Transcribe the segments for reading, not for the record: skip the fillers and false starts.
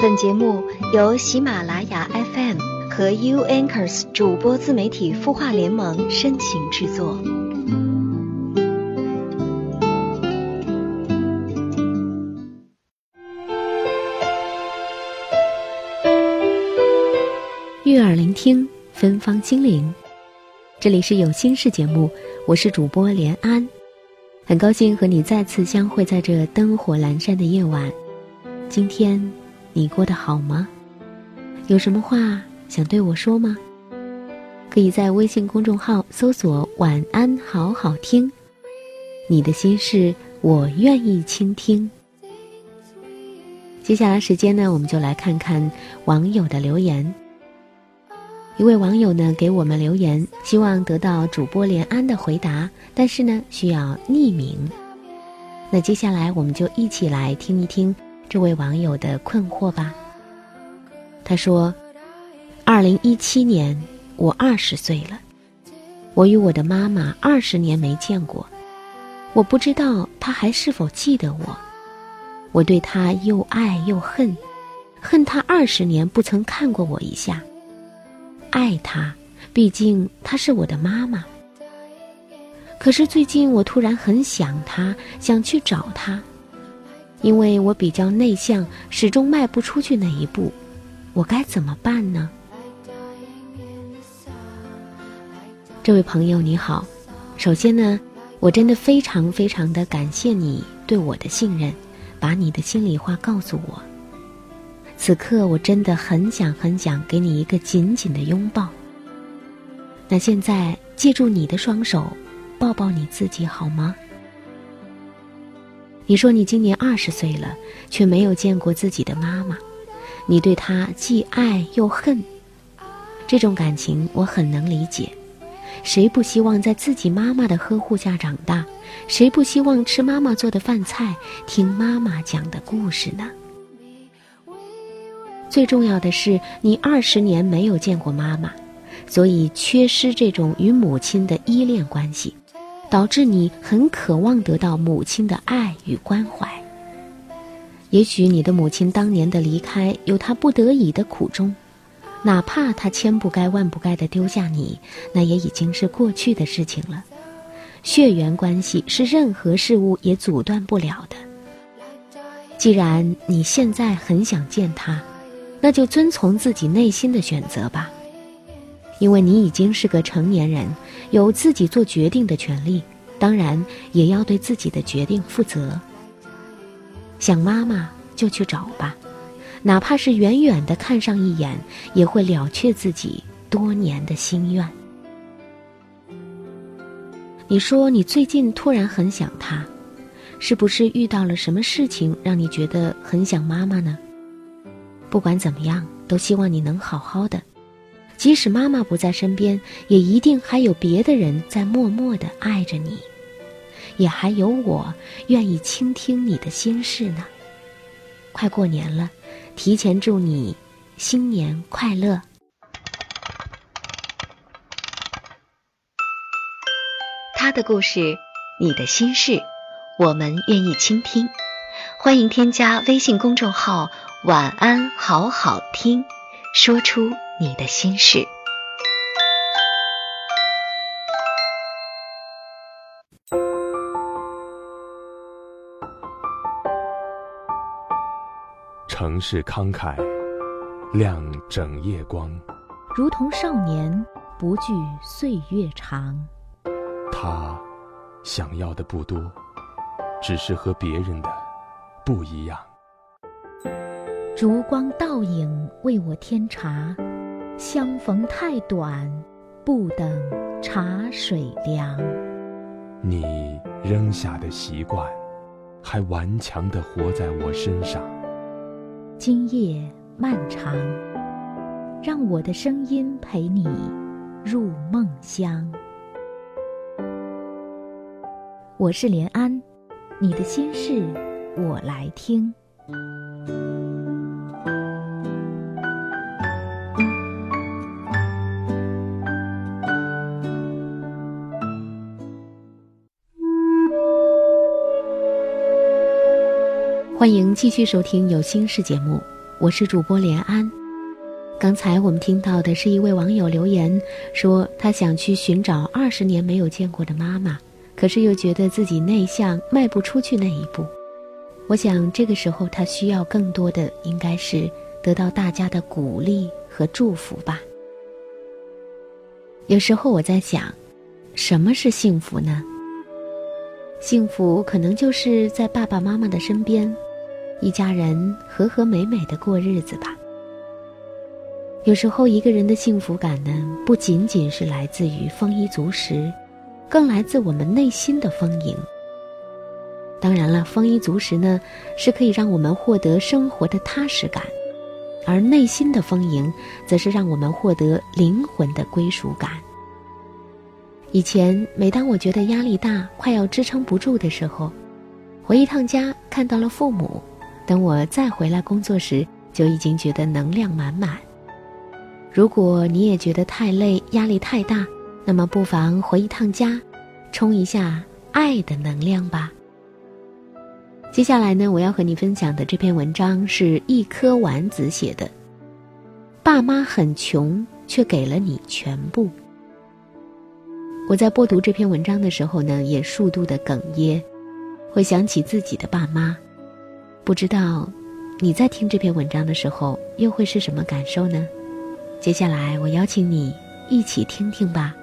本节目由喜马拉雅 FM 和 U Anchors 主播自媒体孵化联盟深情制作。 悦耳聆听，芬芳心灵。这里是有心事节目，我是主播连安，很高兴和你再次相会在这灯火阑珊的夜晚。今天你过得好吗？有什么话想对我说吗？可以在微信公众号搜索晚安好好听，你的心事我愿意倾听。接下来时间呢，我们就来看看网友的留言。一位网友呢给我们留言，希望得到主播连安的回答，但是呢需要匿名。那接下来我们就一起来听一听这位网友的困惑吧。他说，2017年我20岁了，我与我的妈妈20年没见过，我不知道她还是否记得我。我对她又爱又恨，恨她20年不曾看过我一下，爱她，毕竟她是我的妈妈。可是最近我突然很想她，想去找她，因为我比较内向，始终迈不出去那一步，我该怎么办呢？这位朋友你好，首先呢，我真的非常非常的感谢你对我的信任，把你的心里话告诉我。此刻我真的很想给你一个紧紧的拥抱。那现在借助你的双手抱抱你自己好吗？你说你今年20岁了，却没有见过自己的妈妈，你对她既爱又恨，这种感情我很能理解。谁不希望在自己妈妈的呵护下长大？谁不希望吃妈妈做的饭菜，听妈妈讲的故事呢？最重要的是，你20年没有见过妈妈，所以缺失这种与母亲的依恋关系，导致你很渴望得到母亲的爱与关怀。也许你的母亲当年的离开有她不得已的苦衷，哪怕她千不该万不该地丢下你，那也已经是过去的事情了。血缘关系是任何事物也阻断不了的。既然你现在很想见她，那就遵从自己内心的选择吧，因为你已经是个成年人，有自己做决定的权利，当然也要对自己的决定负责。想妈妈就去找吧，哪怕是远远地看上一眼，也会了却自己多年的心愿。你说你最近突然很想她，是不是遇到了什么事情让你觉得很想妈妈呢？不管怎么样，都希望你能好好的，即使妈妈不在身边，也一定还有别的人在默默地爱着你，也还有我愿意倾听你的心事呢。快过年了，提前祝你新年快乐。 他的故事，你的心事，我们愿意倾听。欢迎添加微信公众号晚安好好听，说出你的心事。 城市慷慨，亮整夜光， 如同少年不惧岁月长。 他想要的不多，只是和别人的不一样。 烛光倒影为我添茶，相逢太短，不等茶水凉。 你扔下的习惯，还顽强地活在我身上。 今夜漫长，让我的声音陪你入梦乡。我是连安，你的心事我来听。 欢迎继续收听有心事节目， 我是主播连安。刚才我们听到的是一位网友留言，说他想去寻找20年没有见过的妈妈，可是又觉得自己内向，迈不出去那一步。我想这个时候他需要更多的应该是得到大家的鼓励和祝福吧。有时候我在想，什么是幸福呢？幸福可能就是在爸爸妈妈的身边，一家人和和美美的过日子吧。有时候一个人的幸福感呢，不仅仅是来自于丰衣足食，更来自我们内心的丰盈。当然了，丰衣足食呢，是可以让我们获得生活的踏实感，而内心的丰盈，则是让我们获得灵魂的归属感。以前每当我觉得压力大，快要支撑不住的时候，回一趟家看到了父母，等我再回来工作时，就已经觉得能量满满。如果你也觉得太累，压力太大，那么不妨回一趟家，充一下爱的能量吧。接下来呢，我要和你分享的这篇文章是一颗丸子写的，爸妈很穷，却给了你全部。我在播读这篇文章的时候呢，也数度的哽咽，会想起自己的爸妈。不知道你在听这篇文章的时候，又会是什么感受呢？接下来我邀请你一起听听吧。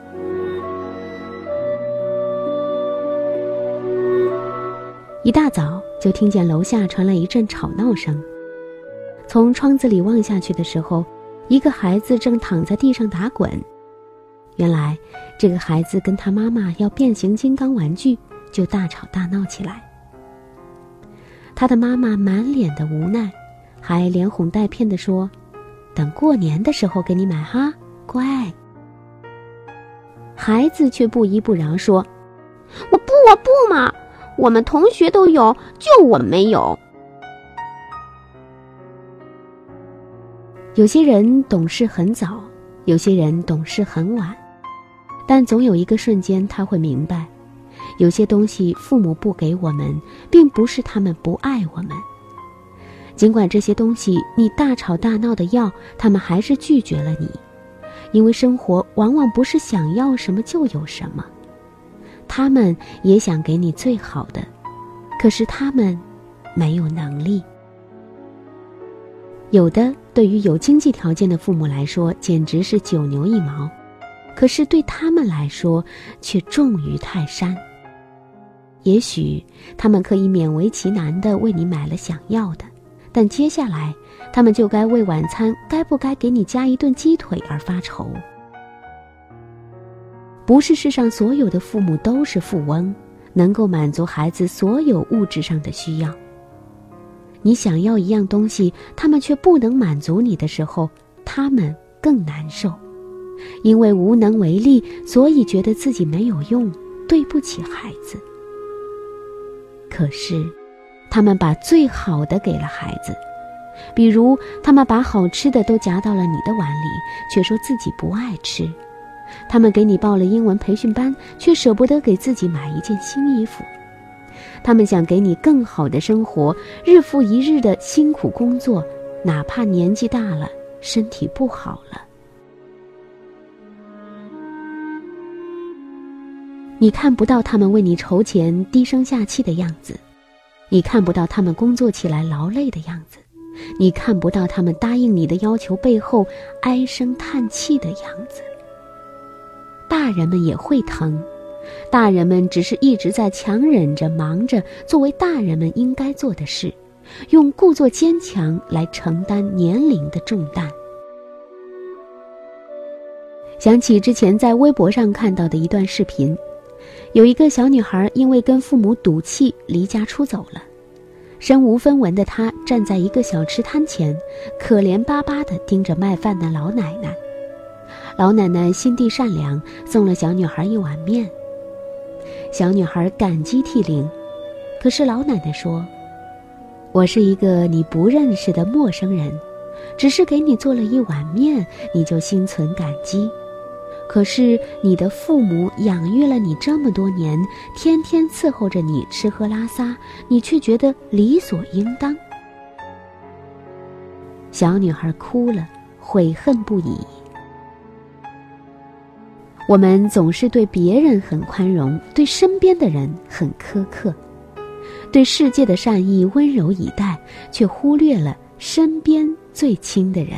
一大早就听见楼下传来一阵吵闹声，从窗子里望下去的时候，一个孩子正躺在地上打滚。原来这个孩子跟他妈妈要变形金刚玩具，就大吵大闹起来。他的妈妈满脸的无奈，还连哄带骗地说，等过年的时候给你买哈，乖。孩子却不依不饶说，我不嘛，我们同学都有，就我没有。有些人懂事很早，有些人懂事很晚，但总有一个瞬间他会明白，有些东西父母不给我们，并不是他们不爱我们。尽管这些东西你大吵大闹的要，他们还是拒绝了你，因为生活往往不是想要什么就有什么。他们也想给你最好的，可是他们没有能力。有的对于有经济条件的父母来说，简直是九牛一毛，可是对他们来说却重于泰山。也许他们可以勉为其难地为你买了想要的，但接下来他们就该为晚餐该不该给你加一顿鸡腿而发愁。不是世上所有的父母都是富翁，能够满足孩子所有物质上的需要。你想要一样东西，他们却不能满足你的时候，他们更难受。因为无能为力，所以觉得自己没有用，对不起孩子。可是他们把最好的给了孩子，比如他们把好吃的都夹到了你的碗里，却说自己不爱吃。他们给你报了英文培训班，却舍不得给自己买一件新衣服。他们想给你更好的生活，日复一日的辛苦工作，哪怕年纪大了，身体不好了。你看不到他们为你筹钱低声下气的样子，你看不到他们工作起来劳累的样子，你看不到他们答应你的要求背后唉声叹气的样子。大人们也会疼，大人们只是一直在强忍着忙着作为大人们应该做的事，用故作坚强来承担年龄的重担。想起之前在微博上看到的一段视频，有一个小女孩因为跟父母赌气离家出走了，身无分文的她站在一个小吃摊前，可怜巴巴地盯着卖饭的老奶奶。老奶奶心地善良，送了小女孩一碗面。小女孩感激涕零，可是老奶奶说，我是一个你不认识的陌生人，只是给你做了一碗面，你就心存感激。可是你的父母养育了你这么多年，天天伺候着你吃喝拉撒，你却觉得理所应当。 小女孩哭了，悔恨不已。我们总是对别人很宽容，对身边的人很苛刻，对世界的善意温柔以待，却忽略了身边最亲的人。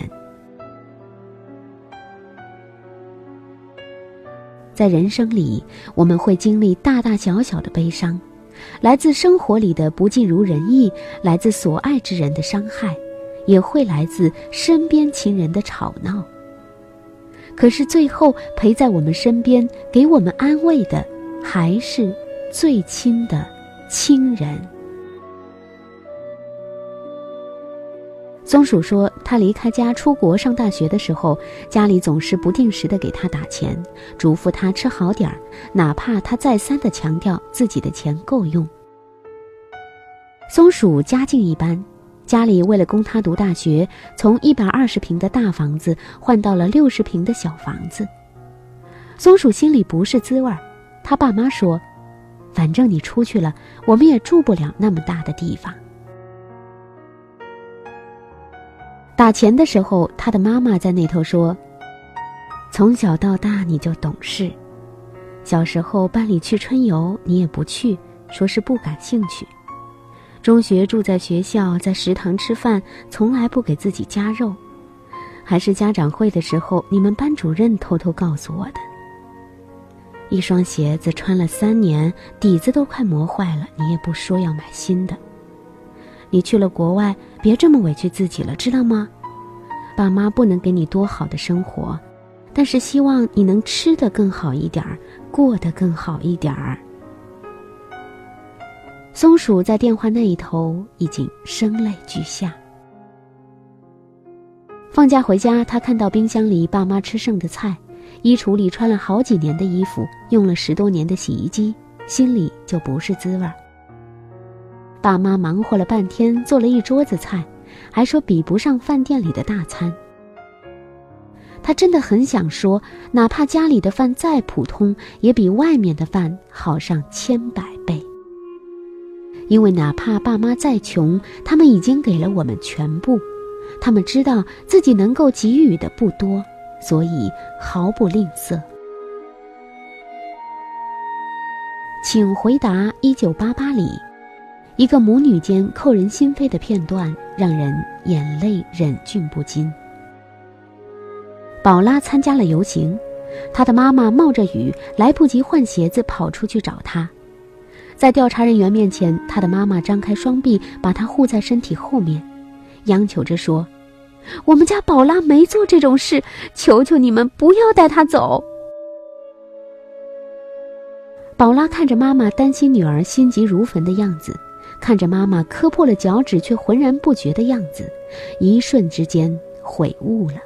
在人生里，我们会经历大大小小的悲伤，来自生活里的不尽如人意，来自所爱之人的伤害，也会来自身边亲人的吵闹。可是最后陪在我们身边，给我们安慰的，还是最亲的亲人。松鼠说，他离开家出国上大学的时候，家里总是不定时的给他打钱，嘱咐他吃好点儿，哪怕他再三的强调自己的钱够用。松鼠家境一般，家里为了供他读大学，从120平的大房子换到了60平的小房子。松鼠心里不是滋味儿，他爸妈说，反正你出去了，我们也住不了那么大的地方。打钱的时候，他的妈妈在那头说，从小到大你就懂事，小时候班里去春游你也不去，说是不感兴趣，中学住在学校，在食堂吃饭从来不给自己加肉，还是家长会的时候你们班主任偷偷告诉我的。一双鞋子穿了3年，底子都快磨坏了，你也不说要买新的。你去了国外，别这么委屈自己了，知道吗？爸妈不能给你多好的生活，但是希望你能吃得更好一点儿，过得更好一点儿。松鼠在电话那一头已经声泪俱下。放假回家，他看到冰箱里爸妈吃剩的菜，衣橱里穿了好几年的衣服，用了10多年的洗衣机，心里就不是滋味儿。爸妈忙活了半天，做了一桌子菜，还说比不上饭店里的大餐。他真的很想说，哪怕家里的饭再普通，也比外面的饭好上1000百倍。因为哪怕爸妈再穷，他们已经给了我们全部，他们知道自己能够给予的不多，所以毫不吝啬。请回答1988里一个母女间扣人心扉的片段，让人眼泪忍俊不禁。宝拉参加了游行，她的妈妈冒着雨，来不及换鞋子跑出去找她。在调查人员面前，她的妈妈张开双臂，把她护在身体后面，央求着说，我们家宝拉没做这种事，求求你们不要带她走。宝拉看着妈妈担心女儿心急如焚的样子，看着妈妈磕破了脚趾却浑然不觉的样子，一瞬之间悔悟了。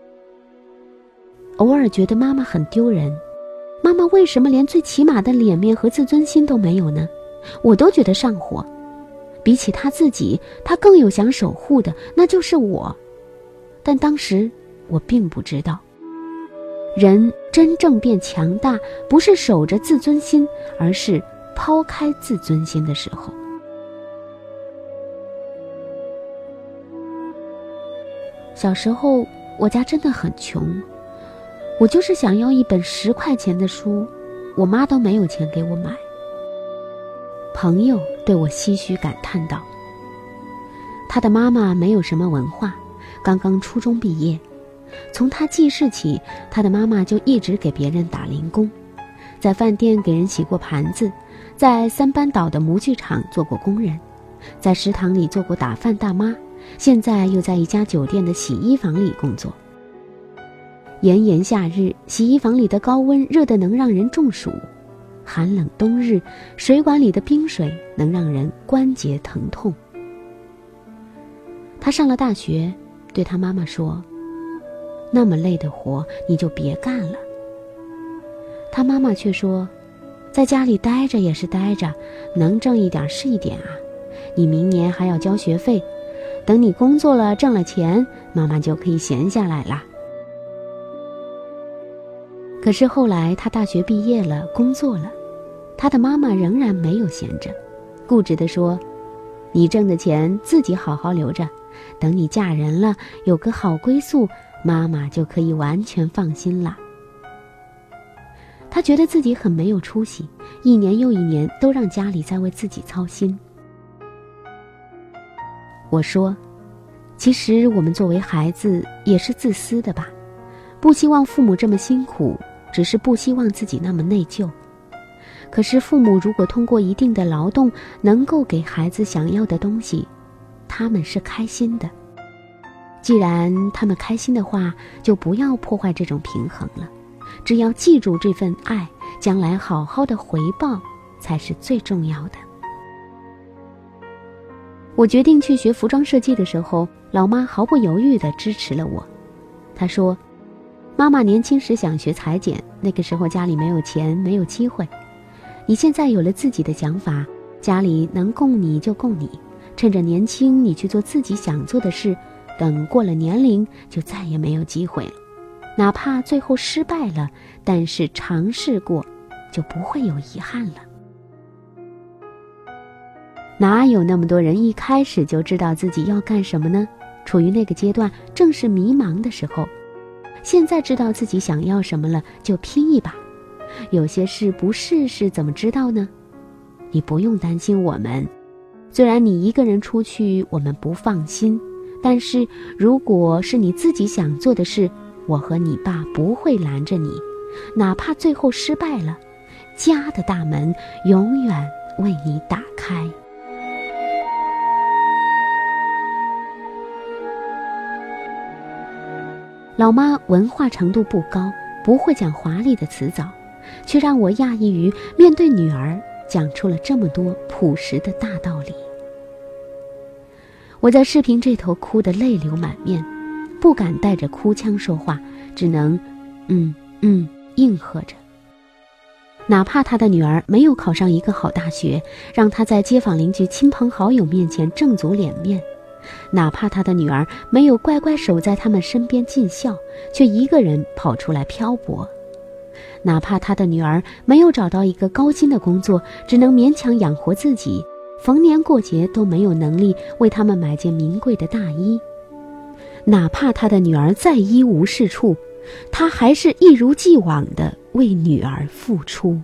偶尔觉得妈妈很丢人，妈妈为什么连最起码的脸面和自尊心都没有呢？我都觉得上火。比起她自己，她更有想守护的，那就是我。但当时我并不知道，人真正变强大，不是守着自尊心，而是抛开自尊心的时候。小时候我家真的很穷，我就是想要一本10块钱的书，我妈都没有钱给我买。朋友对我唏嘘感叹道，他的妈妈没有什么文化，刚刚初中毕业，从他记事起，他的妈妈就一直给别人打零工，在饭店给人洗过盘子，在3班岛的模具厂做过工人，在食堂里做过打饭大妈，现在又在一家酒店的洗衣房里工作。炎炎夏日，洗衣房里的高温热得能让人中暑，寒冷冬日，水管里的冰水能让人关节疼痛。他上了大学，对他妈妈说，那么累的活你就别干了。他妈妈却说，在家里待着也是待着，能挣一点是一点啊，你明年还要交学费，等你工作了挣了钱，妈妈就可以闲下来啦。可是后来他大学毕业了，工作了，他的妈妈仍然没有闲着，固执地说，你挣的钱自己好好留着， 等你嫁人了，有个好归宿，妈妈就可以完全放心了。她觉得自己很没有出息，一年又一年都让家里在为自己操心。我说，其实我们作为孩子也是自私的吧，不希望父母这么辛苦，只是不希望自己那么内疚。可是父母如果通过一定的劳动能够给孩子想要的东西，他们是开心的。既然他们开心的话，就不要破坏这种平衡了。只要记住这份爱，将来好好的回报才是最重要的。我决定去学服装设计的时候，老妈毫不犹豫地支持了我。她说，妈妈年轻时想学裁剪，那个时候家里没有钱，没有机会。你现在有了自己的想法，家里能供你就供你，趁着年轻你去做自己想做的事，等过了年龄就再也没有机会了。哪怕最后失败了，但是尝试过就不会有遗憾了。哪有那么多人一开始就知道自己要干什么呢？处于那个阶段正是迷茫的时候。现在知道自己想要什么了，就拼一把。有些事不试试怎么知道呢？你不用担心我们，虽然你一个人出去我们不放心，但是如果是你自己想做的事，我和你爸不会拦着你。哪怕最后失败了，家的大门永远为你打开。老妈文化程度不高，不会讲华丽的词藻，却让我讶异于面对女儿讲出了这么多朴实的大道理。我在视频这头哭得泪流满面，不敢带着哭腔说话，只能应和着。哪怕他的女儿没有考上一个好大学，让他在街坊邻居亲朋好友面前挣足脸面，哪怕他的女儿没有乖乖守在他们身边尽孝，却一个人跑出来漂泊，哪怕他的女儿没有找到一个高薪的工作，只能勉强养活自己，逢年过节都没有能力为他们买件名贵的大衣，哪怕他的女儿再一无是处，他还是一如既往地为女儿付出。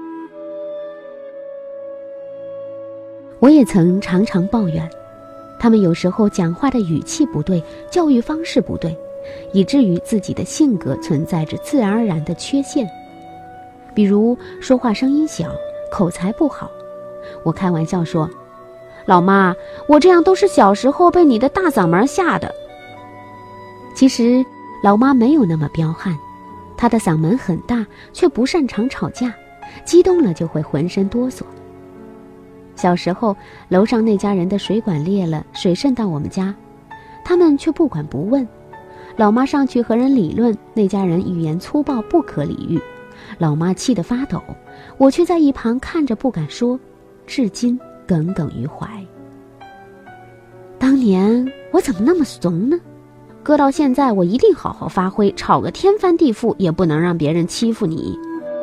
我也曾常常抱怨，他们有时候讲话的语气不对，教育方式不对，以至于自己的性格存在着自然而然的缺陷。比如说话声音小，口才不好。我开玩笑说，老妈，我这样都是小时候被你的大嗓门吓的。其实老妈没有那么彪悍，她的嗓门很大，却不擅长吵架，激动了就会浑身哆嗦。小时候楼上那家人的水管裂了，水渗到我们家，他们却不管不问。老妈上去和人理论，那家人语言粗暴不可理喻，老妈气得发抖，我却在一旁看着不敢说，至今耿耿于怀。当年我怎么那么怂呢？搁到现在我一定好好发挥，吵个天翻地覆也不能让别人欺负你。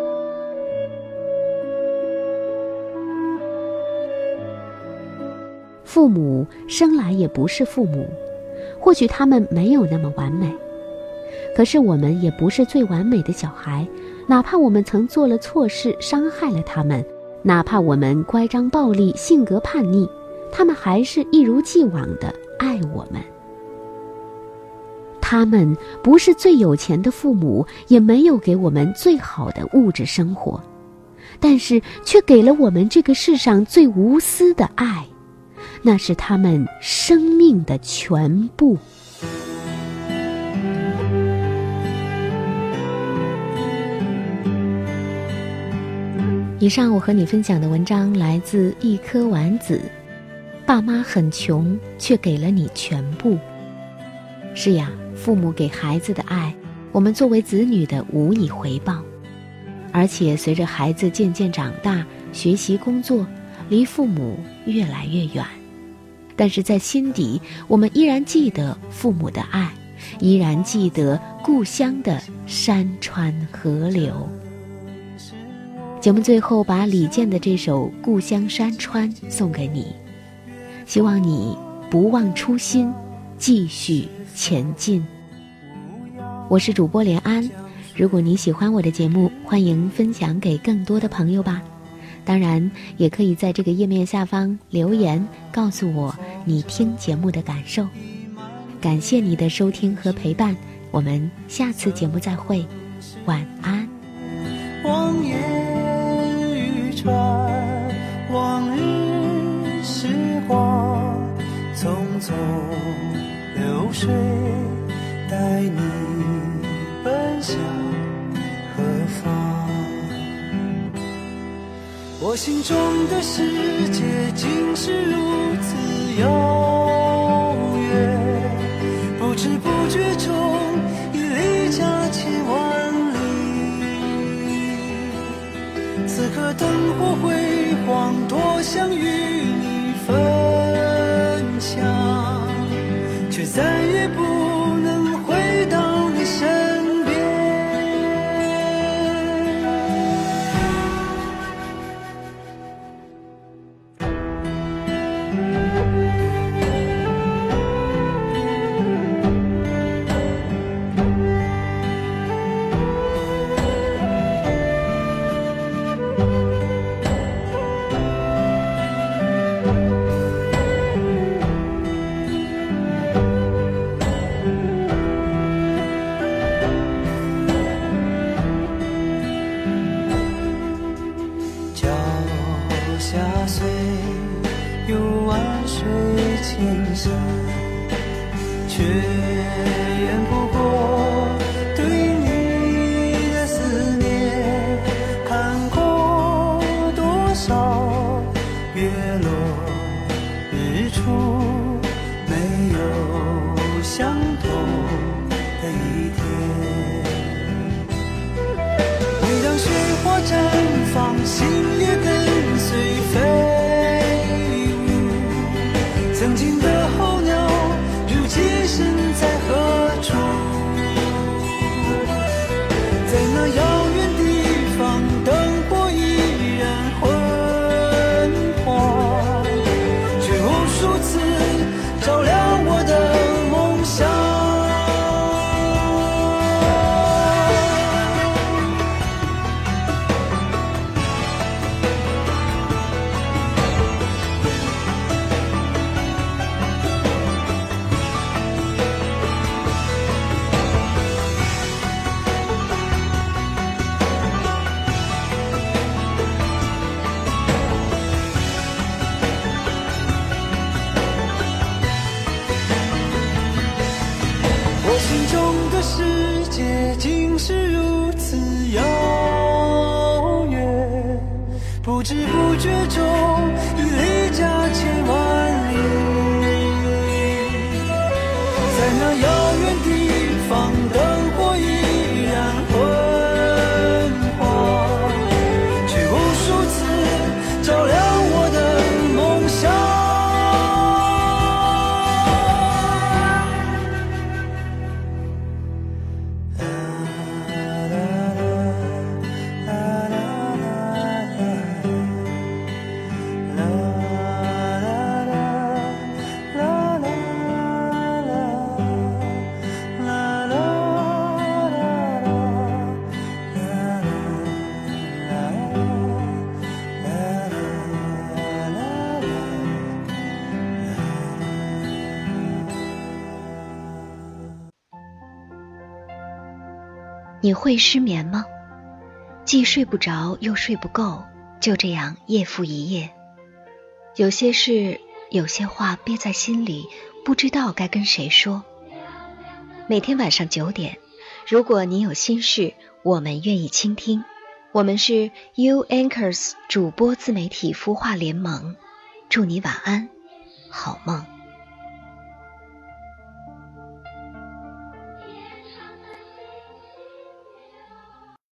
父母生来也不是父母，或许他们没有那么完美，可是我们也不是最完美的小孩，哪怕我们曾做了错事伤害了他们，哪怕我们乖张暴力性格叛逆，他们还是一如既往地爱我们。他们不是最有钱的父母，也没有给我们最好的物质生活，但是却给了我们这个世上最无私的爱，那是他们生命的全部。以上我和你分享的文章来自一颗丸子。爸妈很穷，却给了你全部。是呀，父母给孩子的爱，我们作为子女的无以回报。而且随着孩子渐渐长大，学习工作，离父母越来越远，但是在心底，我们依然记得父母的爱，依然记得故乡的山川河流。节目最后把李健的这首《故乡山川》送给你，希望你不忘初心， 继续前进。我是主播连安，如果你喜欢我的节目，欢迎分享给更多的朋友吧。当然也可以在这个页面下方留言告诉我你听节目的感受。感谢你的收听和陪伴，我们下次节目再会，晚安。 望眼欲穿，往日时光匆匆流水，带你奔向何方？我心中的世界竟是如此遥远，不知不觉中已离家千万里。此刻灯火辉煌，多想与你分享，却再也不能回到你身边。岁有万水千山，却言不过对你的思念。看过多少月落日出，没有相同的一天。每当雪花绽放，心也跟随飞舞。曾经的候鸟，如今身在何处？在那遥远地方，灯火依然昏黄，却无数次照亮我的梦想。我心中的世界竟是如此遥远，不知不觉中已离家千万里。在那遥远地方，灯火依然昏黄，却无数次照亮我的梦想。 你会失眠吗？既睡不着又睡不够，就这样夜复一夜。有些事，有些话憋在心里，不知道该跟谁说。每天晚上9点，如果你有心事，我们愿意倾听。我们是 You Anchors 主播自媒体孵化联盟，祝你晚安，好梦。